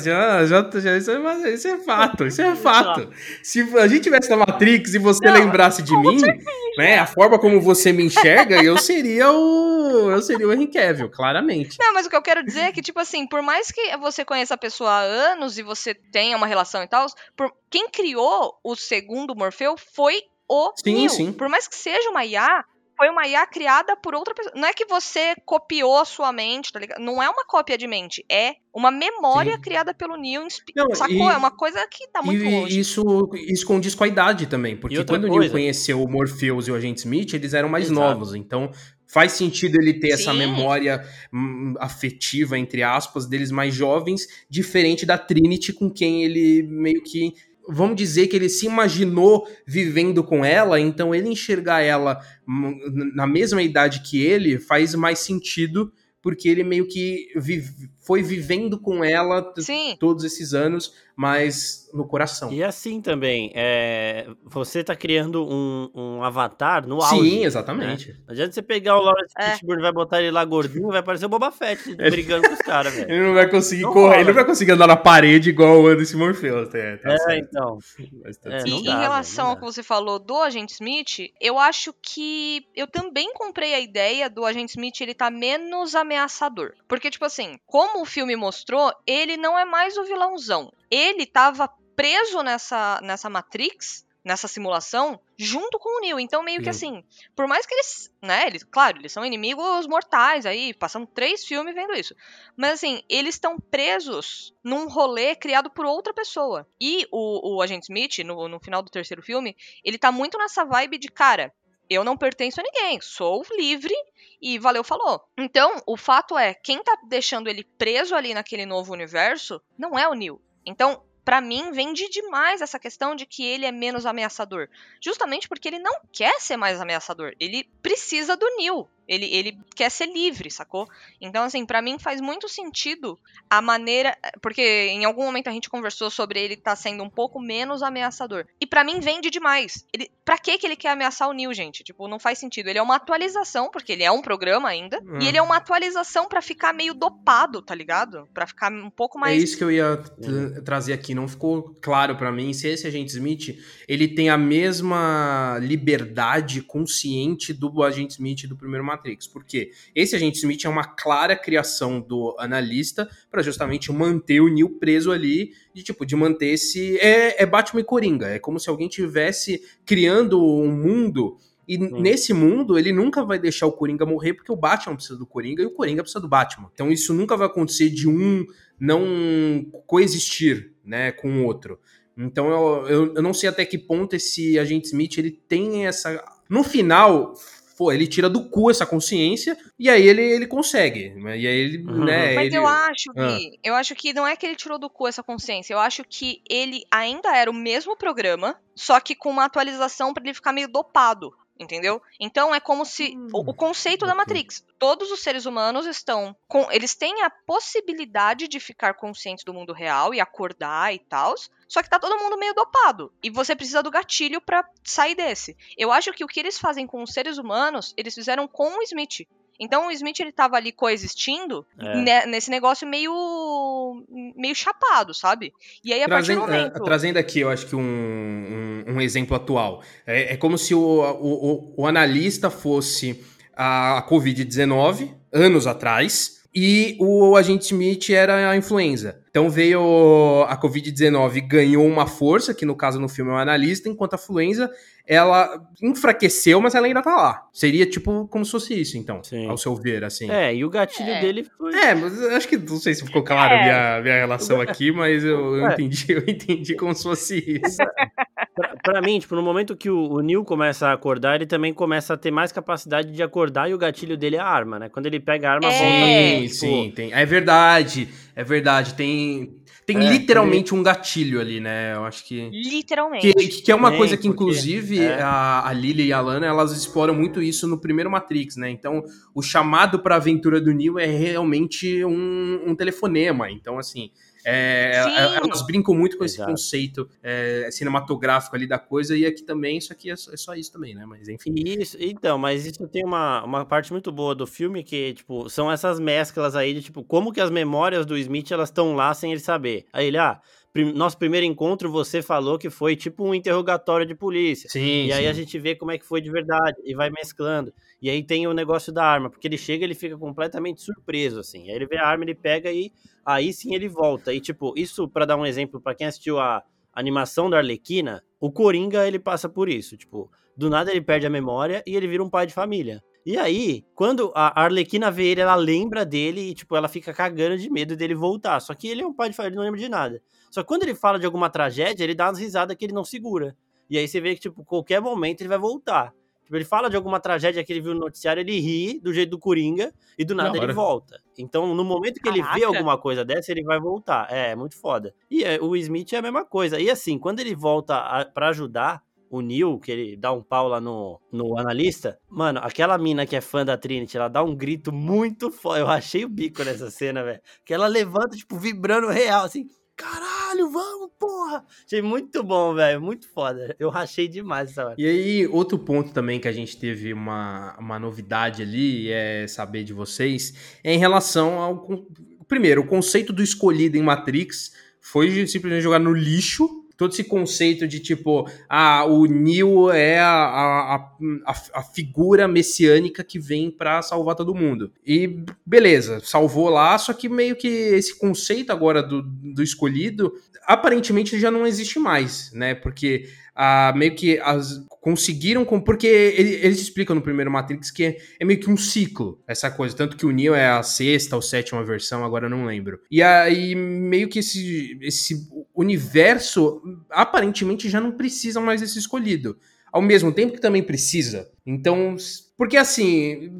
isso é fato. Isso é fato. Se a gente tivesse na Matrix e você lembrasse de mim, né, a forma como você me enxerga, eu seria o Henry Cavill, claramente. Não, mas o que eu quero dizer é que, tipo assim, por mais que você conheça a pessoa há anos e você tenha uma relação e tal, quem criou o segundo Morfeu foi o Neil. Sim. Por mais que seja uma IA, foi uma IA criada por outra pessoa. Não é que você copiou a sua mente, tá ligado? Não é uma cópia de mente. É uma memória criada pelo Neil. Sacou? É uma coisa que tá muito longe. Isso condiz com a idade também. Porque quando o Neil conheceu o Morpheus e o Agente Smith, eles eram mais novos. Então, faz sentido ele ter essa memória afetiva, entre aspas, deles mais jovens, diferente da Trinity, com quem ele meio que... Vamos dizer que ele se imaginou vivendo com ela, então ele enxergar ela na mesma idade que ele faz mais sentido, porque ele meio que foi vivendo com ela todos esses anos, mas no coração. E assim também, você tá criando um avatar no auge. Sim, exatamente. Né? Não adianta você pegar o Lawrence Fishburne, vai botar ele lá gordinho, vai parecer o Boba Fett brigando com os caras, velho. Ele não vai conseguir correr, ele não vai conseguir andar na parede igual o Anderson Morpheus. Então. Em relação ao que você falou do Agente Smith, eu acho que eu também comprei a ideia do Agente Smith, ele tá menos ameaçador. Porque, tipo assim, como o filme mostrou, ele não é mais o vilãozão. Ele tava preso nessa Matrix nessa simulação junto com o Neo. Então, meio que assim, por mais que eles, né, claro, eles são inimigos mortais aí, passando 3 filmes vendo isso. Mas assim, eles estão presos num rolê criado por outra pessoa. E o Agente Smith, no final do 3º filme, ele tá muito nessa vibe de, cara, eu não pertenço a ninguém, sou livre e valeu, falou. Então, o fato é, quem tá deixando ele preso ali naquele novo universo não é o Neo. Então, pra mim, vende demais essa questão de que ele é menos ameaçador. Justamente porque ele não quer ser mais ameaçador. Ele precisa do Neo. Ele quer ser livre, sacou? Então, assim, pra mim faz muito sentido a maneira... Porque em algum momento a gente conversou sobre ele tá sendo um pouco menos ameaçador. E pra mim vende demais. Pra que ele quer ameaçar o Neo, gente? Tipo, não faz sentido. Ele é uma atualização, porque ele é um programa ainda. E ele é uma atualização pra ficar meio dopado, tá ligado? Pra ficar um pouco mais... É isso que eu ia trazer aqui. Não ficou claro pra mim se esse Agente Smith, ele tem a mesma liberdade consciente do Agente Smith do primeiro Matrix. Por quê? Esse Agente Smith é uma clara criação do analista pra justamente manter o Neo preso ali, de manter esse... É Batman e Coringa. É como se alguém tivesse criando um mundo... E nesse mundo, ele nunca vai deixar o Coringa morrer, porque o Batman precisa do Coringa e o Coringa precisa do Batman. Então isso nunca vai acontecer de um não coexistir, né, com o outro. Então eu não sei até que ponto esse Agente Smith, ele tem essa... No final, ele tira do cu essa consciência, e aí ele consegue. E aí ele, né... Mas eu acho que não é que ele tirou do cu essa consciência, eu acho que ele ainda era o mesmo programa, só que com uma atualização pra ele ficar meio dopado. Entendeu? Então é como se o conceito da Matrix, todos os seres humanos eles têm a possibilidade de ficar conscientes do mundo real e acordar e tal, só que tá todo mundo meio dopado e você precisa do gatilho pra sair desse. Eu acho que o que eles fazem com os seres humanos, eles fizeram com o Smith. Então o Smith, ele tava ali coexistindo nesse negócio meio chapado, sabe? E aí a partir do momento... Trazendo aqui, eu acho que um exemplo atual. É como se o analista fosse a Covid-19, anos atrás, e o Agente Smith era a influenza. Então veio a Covid-19, ganhou uma força, que no caso no filme é o analista, enquanto a influenza, ela enfraqueceu, mas ela ainda tá lá. Seria tipo como se fosse isso, então, ao seu ver, assim. E o gatilho dele foi... mas acho que não sei se ficou claro a minha relação aqui, mas eu entendi como se fosse isso. Pra mim, tipo, no momento que o Neo começa a acordar, ele também começa a ter mais capacidade de acordar e o gatilho dele é a arma, né? Quando ele pega a arma, volta... Sim, tem. É verdade. Tem literalmente um gatilho ali, né? Eu acho que... Literalmente. Que é uma coisa que, inclusive, a Lily e a Lana, elas exploram muito isso no primeiro Matrix, né? Então, o chamado pra aventura do Neo é realmente um telefonema. Então, assim... elas brincam muito com esse conceito cinematográfico ali da coisa, e aqui também, isso aqui é só isso também, né? Mas enfim. Mas isso tem uma parte muito boa do filme, que, tipo, são essas mesclas aí de, tipo, como que as memórias do Smith, elas estão lá sem ele saber. Aí ele, nosso primeiro encontro, você falou que foi tipo um interrogatório de polícia. Sim, aí a gente vê como é que foi de verdade, e vai mesclando. E aí tem o negócio da arma, porque ele chega, ele fica completamente surpreso, assim. Aí ele vê a arma, ele pega e aí sim ele volta. E, tipo, isso, pra dar um exemplo, pra quem assistiu a animação da Arlequina, o Coringa, ele passa por isso. Tipo, do nada ele perde a memória e ele vira um pai de família. E aí, quando a Arlequina vê ele, ela lembra dele e, tipo, ela fica cagando de medo dele voltar. Só que ele é um pai de família, ele não lembra de nada. Só que quando ele fala de alguma tragédia, ele dá umas risadas que ele não segura. E aí você vê que, tipo, qualquer momento ele vai voltar. Tipo, ele fala de alguma tragédia que ele viu no noticiário, ele ri do jeito do Coringa e do nada ele volta. Então, no momento que ele vê alguma coisa dessa, ele vai voltar. É muito foda. E o Smith é a mesma coisa. E assim, quando ele volta pra ajudar o Neo, que ele dá um pau lá no analista, mano, aquela mina que é fã da Trinity, ela dá um grito muito foda. Eu achei o bico nessa cena, velho. Que ela levanta, tipo, vibrando real, assim... Caralho, vamos, porra! Achei muito bom, velho, muito foda. Eu rachei demais essa hora. E aí, outro ponto também que a gente teve uma novidade ali, saber de vocês, é em relação ao... Primeiro, o conceito do escolhido em Matrix foi simplesmente jogar no lixo. Todo esse conceito de, tipo, o Neo é a figura messiânica que vem pra salvar todo mundo. E beleza, salvou lá, só que meio que esse conceito agora do escolhido, aparentemente já não existe mais, né? Porque meio que conseguiram... Porque eles explicam no primeiro Matrix que é meio que um ciclo, essa coisa. Tanto que o Neo é a 6ª ou 7ª versão, agora eu não lembro. E aí, meio que esse universo, aparentemente, já não precisa mais desse escolhido. Ao mesmo tempo que também precisa. Então... Porque, assim,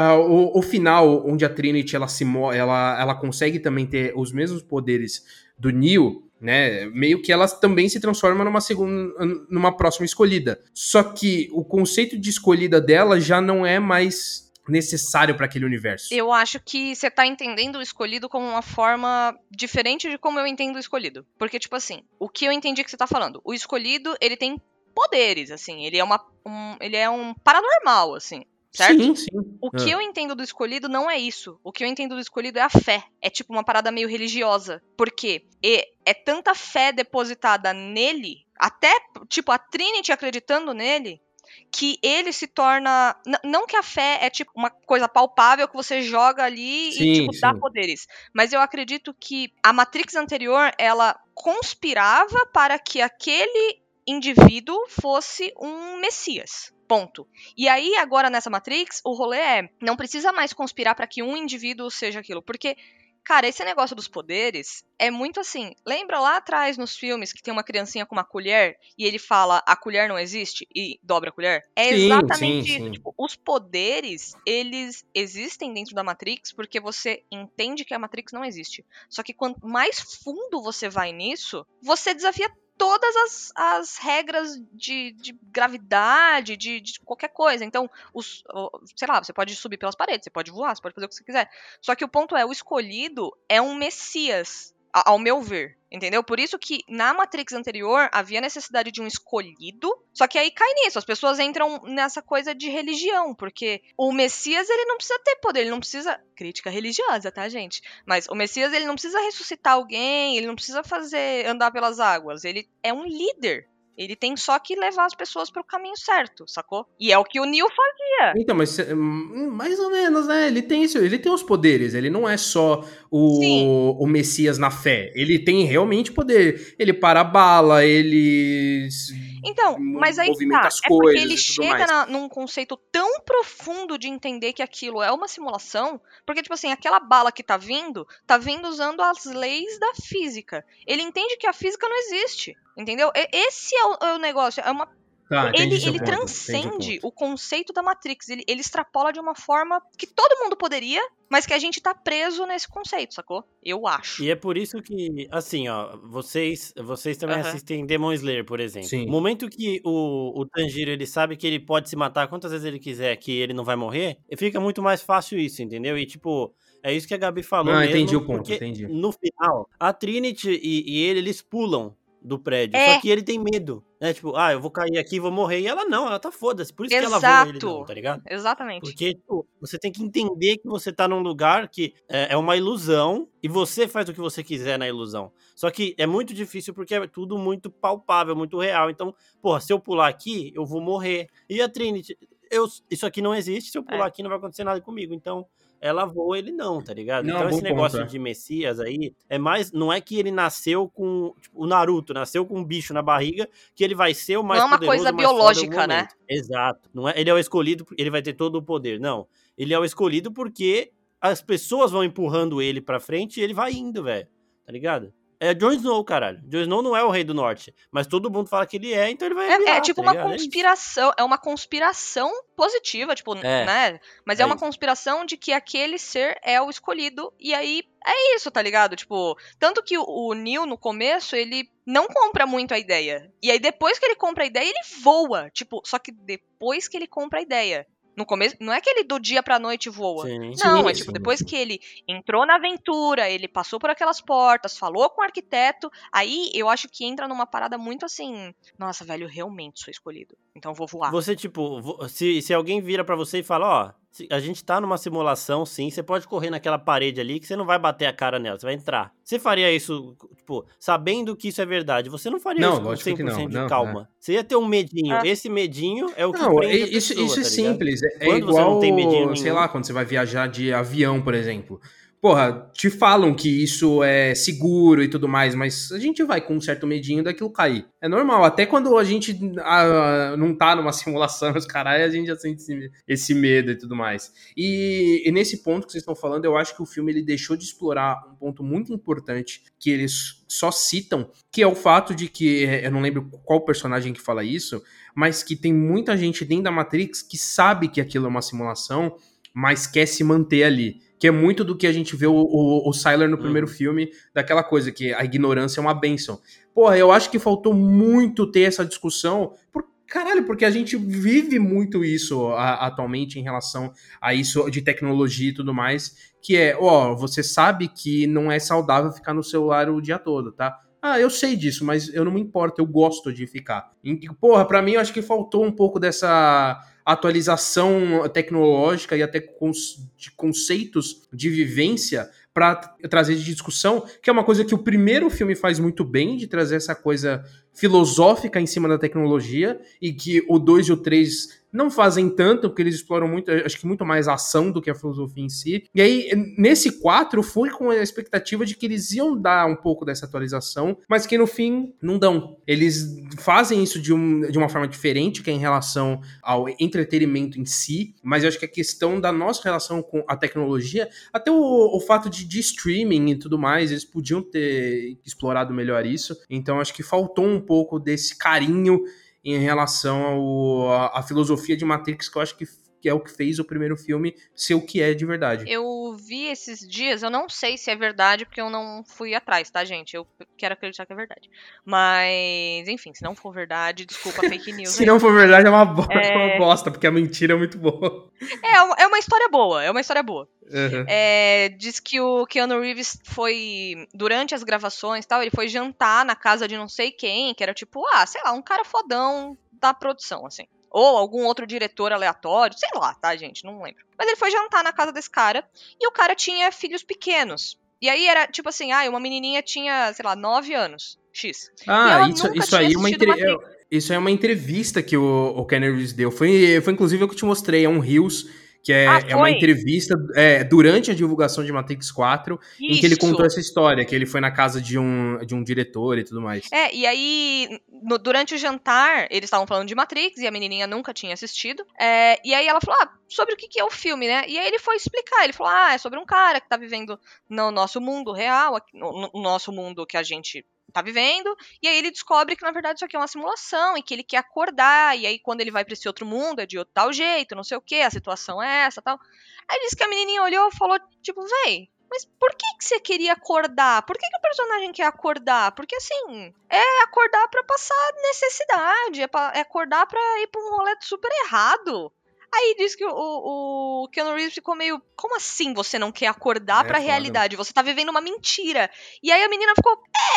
o final, onde a Trinity ela consegue também ter os mesmos poderes do Neo, né? Meio que ela também se transforma numa próxima escolhida. Só que o conceito de escolhida dela já não é mais necessário para aquele universo. Eu acho que você tá entendendo o escolhido como uma forma diferente de como eu entendo o escolhido. Porque, tipo assim, o que eu entendi que você tá falando? O escolhido, ele tem poderes, assim. Ele é um paranormal, assim. Certo? Sim, sim. O que eu entendo do escolhido não é isso. O que eu entendo do escolhido é a fé. É tipo uma parada meio religiosa. Porque é tanta fé depositada nele, até, tipo, a Trinity acreditando nele, que ele se torna... Não que a fé é, tipo, uma coisa palpável que você joga ali e, tipo, dá poderes. Mas eu acredito que a Matrix anterior, ela conspirava para que aquele indivíduo fosse um messias. Ponto. E aí, agora nessa Matrix, o rolê não precisa mais conspirar para que um indivíduo seja aquilo. Porque, cara, esse negócio dos poderes é muito assim. Lembra lá atrás nos filmes que tem uma criancinha com uma colher e ele fala a colher não existe e dobra a colher? É exatamente isso. Tipo, os poderes, eles existem dentro da Matrix porque você entende que a Matrix não existe. Só que quanto mais fundo você vai nisso, você desafia todas as regras de gravidade, de qualquer coisa. Então, sei lá, você pode subir pelas paredes, você pode voar, você pode fazer o que você quiser. Só que o ponto é, o escolhido é um messias, ao meu ver. Entendeu? Por isso que na Matrix anterior havia necessidade de um escolhido, só que aí cai nisso, as pessoas entram nessa coisa de religião, porque o Messias, ele não precisa ter poder, ele não precisa... Crítica religiosa, tá, gente? Mas o Messias, ele não precisa ressuscitar alguém, ele não precisa andar pelas águas, ele é um líder. Ele tem só que levar as pessoas pro caminho certo, sacou? E é o que o Neo fazia. Então, mas mais ou menos, né? Ele tem os poderes. Ele não é só o Messias na fé. Ele tem realmente poder. Ele para a bala, ele então, mas aí movimenta as é coisas. Porque ele chega num conceito tão profundo de entender que aquilo é uma simulação, porque, tipo assim, aquela bala que tá vindo usando as leis da física. Ele entende que a física não existe, entendeu? Esse é o negócio, é uma... Ele transcende o conceito da Matrix, ele extrapola de uma forma que todo mundo poderia, mas que a gente tá preso nesse conceito, sacou? Eu acho. E é por isso que, assim, ó, vocês também assistem Demon Slayer, por exemplo. Sim. No momento que o Tanjiro, ele sabe que ele pode se matar quantas vezes ele quiser, que ele não vai morrer, fica muito mais fácil isso, entendeu? E, tipo, é isso que a Gabi falou mesmo. Entendi o ponto, porque no final, a Trinity e eles pulam do prédio, só que ele tem medo, né? Tipo, eu vou cair aqui e vou morrer. E ela não, ela tá foda-se. Por isso que ela voa ele não, tá ligado? Exatamente. Porque você tem que entender que você tá num lugar que é uma ilusão e você faz o que você quiser na ilusão. Só que é muito difícil porque é tudo muito palpável, muito real. Então, porra, se eu pular aqui, eu vou morrer. E a Trinity, isso aqui não existe, se eu pular aqui não vai acontecer nada comigo. Então... ela voa, ele não, tá ligado? Não, então esse negócio de Messias aí, não é que ele nasceu com, tipo, o Naruto nasceu com um bicho na barriga, que ele vai ser o mais poderoso. Não é uma coisa biológica, né? Exato. Não é, ele é o escolhido, ele vai ter todo o poder. Não, ele é o escolhido porque as pessoas vão empurrando ele pra frente e ele vai indo, velho, tá ligado? É Jon Snow, caralho. Jon Snow não é o Rei do Norte, mas todo mundo fala que ele é, então ele vai virar, é tipo tá uma conspiração, é uma conspiração positiva, tipo, né? Mas é uma conspiração de que aquele ser é o escolhido, e aí é isso, tá ligado? Tipo, tanto que o Neo, no começo, ele não compra muito a ideia. E aí, depois que ele compra a ideia, ele voa. Tipo, só que depois que ele compra a ideia. No começo, não é que ele do dia pra noite voa. Não, é tipo, depois que ele entrou na aventura, ele passou por aquelas portas, falou com o arquiteto, aí eu acho que entra numa parada muito assim, nossa, velho, eu realmente sou escolhido, então eu vou voar. Você, tipo, se alguém vira pra você e fala, a gente tá numa simulação, sim, você pode correr naquela parede ali que você não vai bater a cara nela, você vai entrar. Você faria isso, tipo, sabendo que isso é verdade, você não faria isso com 100% de calma. Você ia ter um medinho, esse medinho é o que prende a pessoa, isso é tá simples, quando igual, você não tem medinho nenhum, sei lá, quando você vai viajar de avião, por exemplo. porra, te falam que isso é seguro e tudo mais, mas a gente vai com um certo medinho daquilo cair. É normal, até quando a gente não tá numa simulação, os caras, a gente já sente esse medo e tudo mais. E nesse ponto que vocês estão falando, eu acho que o filme ele deixou de explorar um ponto muito importante que eles só citam, que é o fato de que, eu não lembro qual personagem que fala isso, mas que tem muita gente dentro da Matrix que sabe que aquilo é uma simulação, mas quer se manter ali. Que é muito do que a gente vê o Sylar no primeiro filme, daquela coisa que a ignorância é uma bênção. Porra, eu acho que faltou muito ter essa discussão, porque a gente vive muito isso atualmente em relação a isso de tecnologia e tudo mais, que é, você sabe que não é saudável ficar no celular o dia todo, tá? Ah, eu sei disso, mas eu não me importo, eu gosto de ficar. Porra, pra mim eu acho que faltou um pouco dessa atualização tecnológica e até de conceitos de vivência para trazer de discussão, que é uma coisa que o primeiro filme faz muito bem, de trazer essa coisa filosófica em cima da tecnologia, e que o 2 e o 3 não fazem tanto, porque eles exploram muito, acho que muito mais a ação do que a filosofia em si. E aí, nesse 4, fui com a expectativa de que eles iam dar um pouco dessa atualização, mas que no fim não dão. Eles fazem isso de uma forma diferente, que é em relação ao entretenimento em si, mas eu acho que a questão da nossa relação com a tecnologia, até o fato de streaming e tudo mais, eles podiam ter explorado melhor isso. Então acho que faltou um pouco desse carinho em relação à filosofia de Matrix, que eu acho que é o que fez o primeiro filme ser o que é de verdade. Eu vi esses dias, eu não sei se é verdade, porque eu não fui atrás, tá, gente? Eu quero acreditar que é verdade. Mas, enfim, se não for verdade, desculpa, fake news. Se não for verdade, é uma bosta, porque a mentira é muito boa. É uma história boa, é uma história boa. Uhum. Diz que o Keanu Reeves foi, durante as gravações e tal, ele foi jantar na casa de não sei quem, que era tipo, sei lá, um cara fodão da produção, assim. Ou algum outro diretor aleatório, sei lá, tá, gente? Não lembro. Mas ele foi jantar na casa desse cara, e o cara tinha filhos pequenos. E aí era tipo assim, uma menininha tinha, sei lá, 9 anos, X. Isso aí é uma entrevista que o Keanu Reeves deu. Foi inclusive eu que te mostrei, é um Reels, que é uma entrevista durante a divulgação de Matrix 4, em que ele contou essa história, que ele foi na casa de um diretor e tudo mais. E aí, durante o jantar, eles estavam falando de Matrix, e a menininha nunca tinha assistido, e aí ela falou, sobre o que é o filme, né? E aí ele foi explicar, ele falou, é sobre um cara que tá vivendo no nosso mundo real, no nosso mundo que a gente tá vivendo, e aí ele descobre que na verdade isso aqui é uma simulação, e que ele quer acordar, e aí quando ele vai pra esse outro mundo é de outro tal jeito, não sei o que, a situação é essa, tal. Aí disse que a menininha olhou e falou, tipo, véi, mas por que você queria acordar? Por que o personagem quer acordar? Porque assim, é acordar pra passar necessidade, é acordar pra ir pra um rolê super errado. Aí diz que o Keanu Reeves ficou meio, como assim você não quer acordar pra realidade? Você tá vivendo uma mentira. E aí a menina ficou,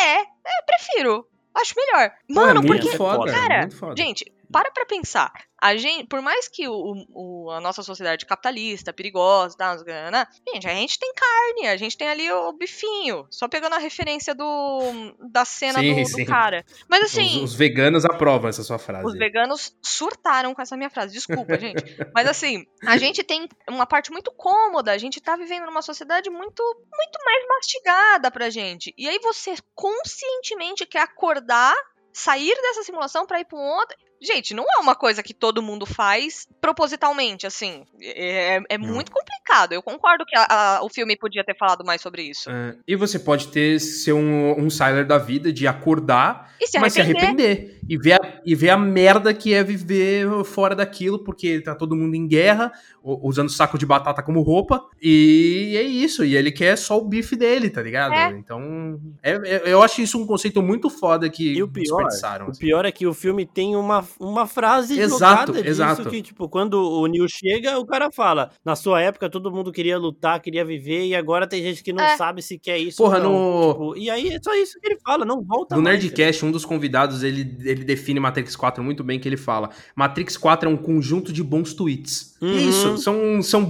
prefiro, acho melhor. Mano, porque, cara, gente, para pra pensar. A gente, por mais que a nossa sociedade capitalista, perigosa, tá, gente, a gente tem carne, a gente tem ali o bifinho. Só pegando a referência da cena do cara. Mas assim... Os veganos aprovam essa sua frase. Os veganos surtaram com essa minha frase, desculpa, gente. Mas assim, a gente tem uma parte muito cômoda, a gente tá vivendo numa sociedade muito mais mastigada pra gente. E aí você conscientemente quer acordar, sair dessa simulação pra ir pra um outro... Gente, não é uma coisa que todo mundo faz propositalmente, assim. É muito complicado. Eu concordo que o filme podia ter falado mais sobre isso. E você pode ser um Sylar da vida, de acordar, mas se arrepender. E ver a merda que é viver fora daquilo, porque tá todo mundo em guerra, usando saco de batata como roupa, e é isso. E ele quer só o bife dele, tá ligado? Então, eu acho isso um conceito muito foda que desperdiçaram. O pior é que o filme tem uma frase jogada disso, que, tipo, quando o Neo chega, o cara fala, na sua época todo mundo queria lutar, queria viver, e agora tem gente que não sabe se quer isso ou não. Tipo, e aí é só isso que ele fala, não volta mais. No Nerdcast, um dos convidados, ele define Matrix 4 muito bem, que ele fala, Matrix 4 é um conjunto de bons tweets. Isso, são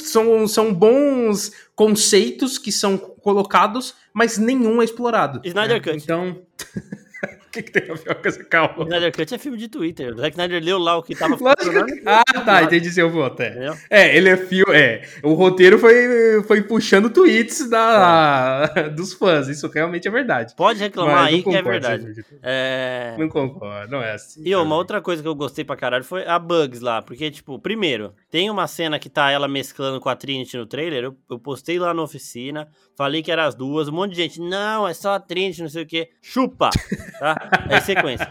bons conceitos que são colocados, mas nenhum é explorado. Snyder Cut. Então... que tem a ver com essa calma? O Snyder Cut é filme de Twitter. O Zack Snyder leu lá o que tava funcionando. Tá, entendi seu voto. Ele é filme. O roteiro foi puxando tweets dos fãs. Isso realmente é verdade. Pode reclamar aí que é verdade. Não concordo, não é assim. E uma outra coisa que eu gostei pra caralho foi a Bugs lá. Porque, tipo, primeiro, tem uma cena que tá ela mesclando com a Trinity no trailer. Eu postei lá na oficina, falei que eram as duas. Um monte de gente, não, é só a Trinity, não sei o quê. Chupa! Tá? É sequência.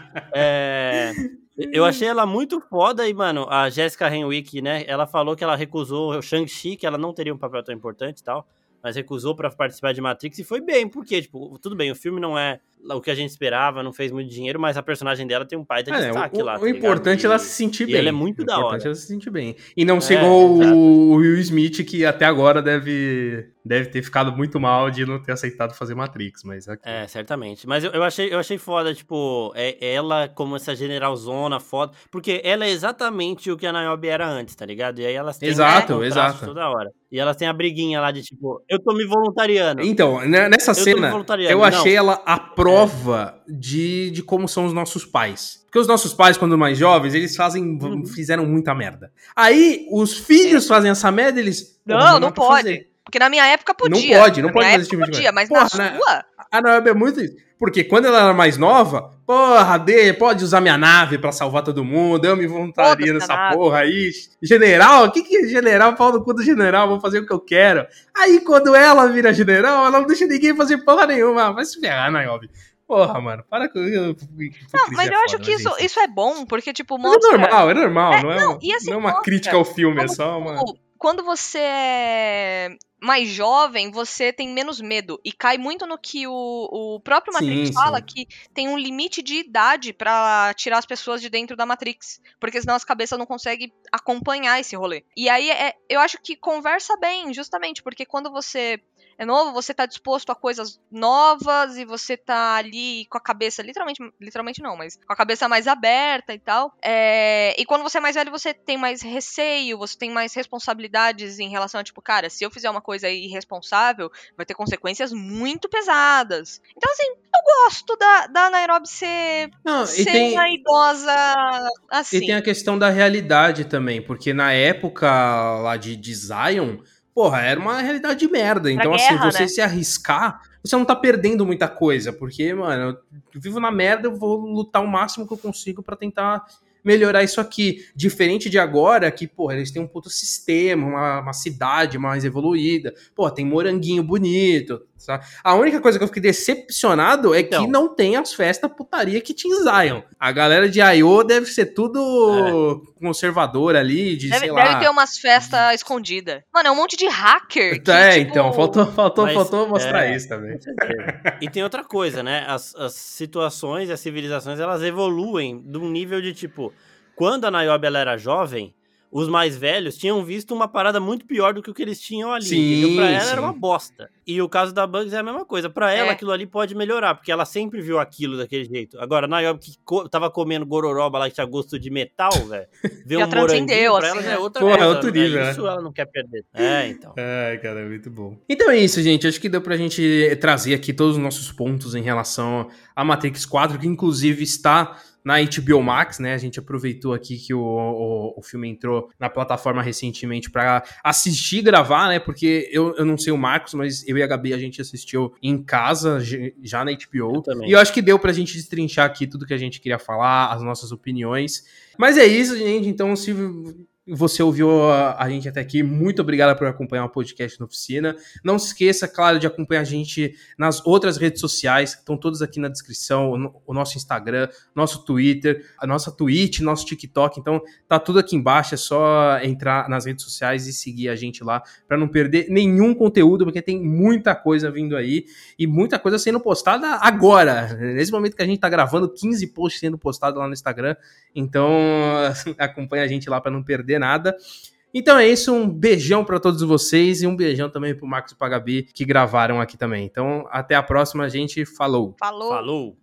Eu achei ela muito foda e, mano, a Jessica Henwick, né, ela falou que ela recusou o Shang-Chi, que ela não teria um papel tão importante e tal, mas recusou pra participar de Matrix e foi bem, porque, tipo, tudo bem, o filme não é o que a gente esperava, não fez muito dinheiro, mas a personagem dela tem um pai de destaque lá. O importante é ela se sentir bem. Ela é muito da hora. O importante é ela se sentir bem. E não ser igual o Will Smith, que até agora deve ter ficado muito mal de não ter aceitado fazer Matrix, mas... certamente. Mas eu achei foda, tipo, ela como essa generalzona foda, porque ela é exatamente o que a Niobe era antes, tá ligado? E aí elas têm exato. toda hora. E elas têm a briguinha lá de, tipo, eu tô me voluntariando. Então, nessa cena, eu achei ela a prova de como são os nossos pais. Porque os nossos pais, quando mais jovens, eles fizeram muita merda. Aí, os filhos fazem essa merda, eles... Não pode. Fazer. Porque na minha época podia. Não pode fazer esse tipo de coisa. Mas na sua... A Niobe é muito isso. Porque quando ela era mais nova, pode usar minha nave pra salvar todo mundo, eu me voluntaria nessa porra aí. General? O que é general? Pau no cu do general, vou fazer o que eu quero. Aí quando ela vira general, ela não deixa ninguém fazer porra nenhuma. Vai se ferrar, Niobe. Porra, mano, para com... Não, mas eu acho que isso é bom, porque, tipo, mostra... É normal, não é uma crítica ao filme, é só uma... Quando você é mais jovem, você tem menos medo. E cai muito no que o próprio Matrix fala, que tem um limite de idade pra tirar as pessoas de dentro da Matrix. Porque senão as cabeças não conseguem acompanhar esse rolê. E aí, eu acho que conversa bem, justamente, porque quando você... é novo, você tá disposto a coisas novas e você tá ali com a cabeça, literalmente não, mas com a cabeça mais aberta e tal. E quando você é mais velho, você tem mais receio, você tem mais responsabilidades em relação a, tipo, cara, se eu fizer uma coisa irresponsável, vai ter consequências muito pesadas. Então, assim, eu gosto da Nairobi ser uma idosa assim. E tem a questão da realidade também, porque na época lá de Zion... Porra, era uma realidade de merda. Então, guerra, assim, você se arriscar, você não tá perdendo muita coisa. Porque, mano, eu vivo na merda, eu vou lutar o máximo que eu consigo pra tentar melhorar isso aqui. Diferente de agora, que, porra, eles têm um puto sistema, uma cidade mais evoluída. Pô, tem moranguinho bonito, sabe? A única coisa que eu fiquei decepcionado é que não tem as festas putaria que tinha em Zion. A galera de I.O. deve ser tudo conservador ali, sei lá. Deve ter umas festas escondidas. Mano, é um monte de hacker. Então, faltou mostrar isso também. E tem outra coisa, né? As situações e as civilizações, elas evoluem de um nível de, tipo, quando a Niobe ela era jovem, os mais velhos tinham visto uma parada muito pior do que o que eles tinham ali. Entendeu? Pra ela era uma bosta. E o caso da Bugs é a mesma coisa. Pra ela, aquilo ali pode melhorar, porque ela sempre viu aquilo daquele jeito. Agora, a Niobe que tava comendo gororoba lá que tinha gosto de metal, velho, ver um moranguinho, pra ela já é outra coisa. É outro nível, Isso ela não quer perder. Então. Cara, é muito bom. Então é isso, gente. Acho que deu pra gente trazer aqui todos os nossos pontos em relação a Matrix 4, que inclusive está na HBO Max, né? A gente aproveitou aqui que o filme entrou na plataforma recentemente pra assistir e gravar, né? Porque eu não sei o Marcos, mas eu e a Gabi, a gente assistiu em casa, já na HBO. E eu acho que deu pra gente destrinchar aqui tudo que a gente queria falar, as nossas opiniões. Mas é isso, gente. Então, se você ouviu a gente até aqui, muito obrigado por acompanhar o podcast na Oficina. Não se esqueça, claro, de acompanhar a gente nas outras redes sociais, que estão todas aqui na descrição, o nosso Instagram, nosso Twitter, a nossa Twitch, nosso TikTok. Então, tá tudo aqui embaixo, é só entrar nas redes sociais e seguir a gente lá, para não perder nenhum conteúdo, porque tem muita coisa vindo aí, e muita coisa sendo postada agora. Nesse momento que a gente tá gravando, 15 posts sendo postados lá no Instagram. Então, acompanha a gente lá para não perder nada. Então é isso, um beijão para todos vocês e um beijão também pro Marcos e pra Gabi que gravaram aqui também. Então até a próxima, gente. Falou. Falou.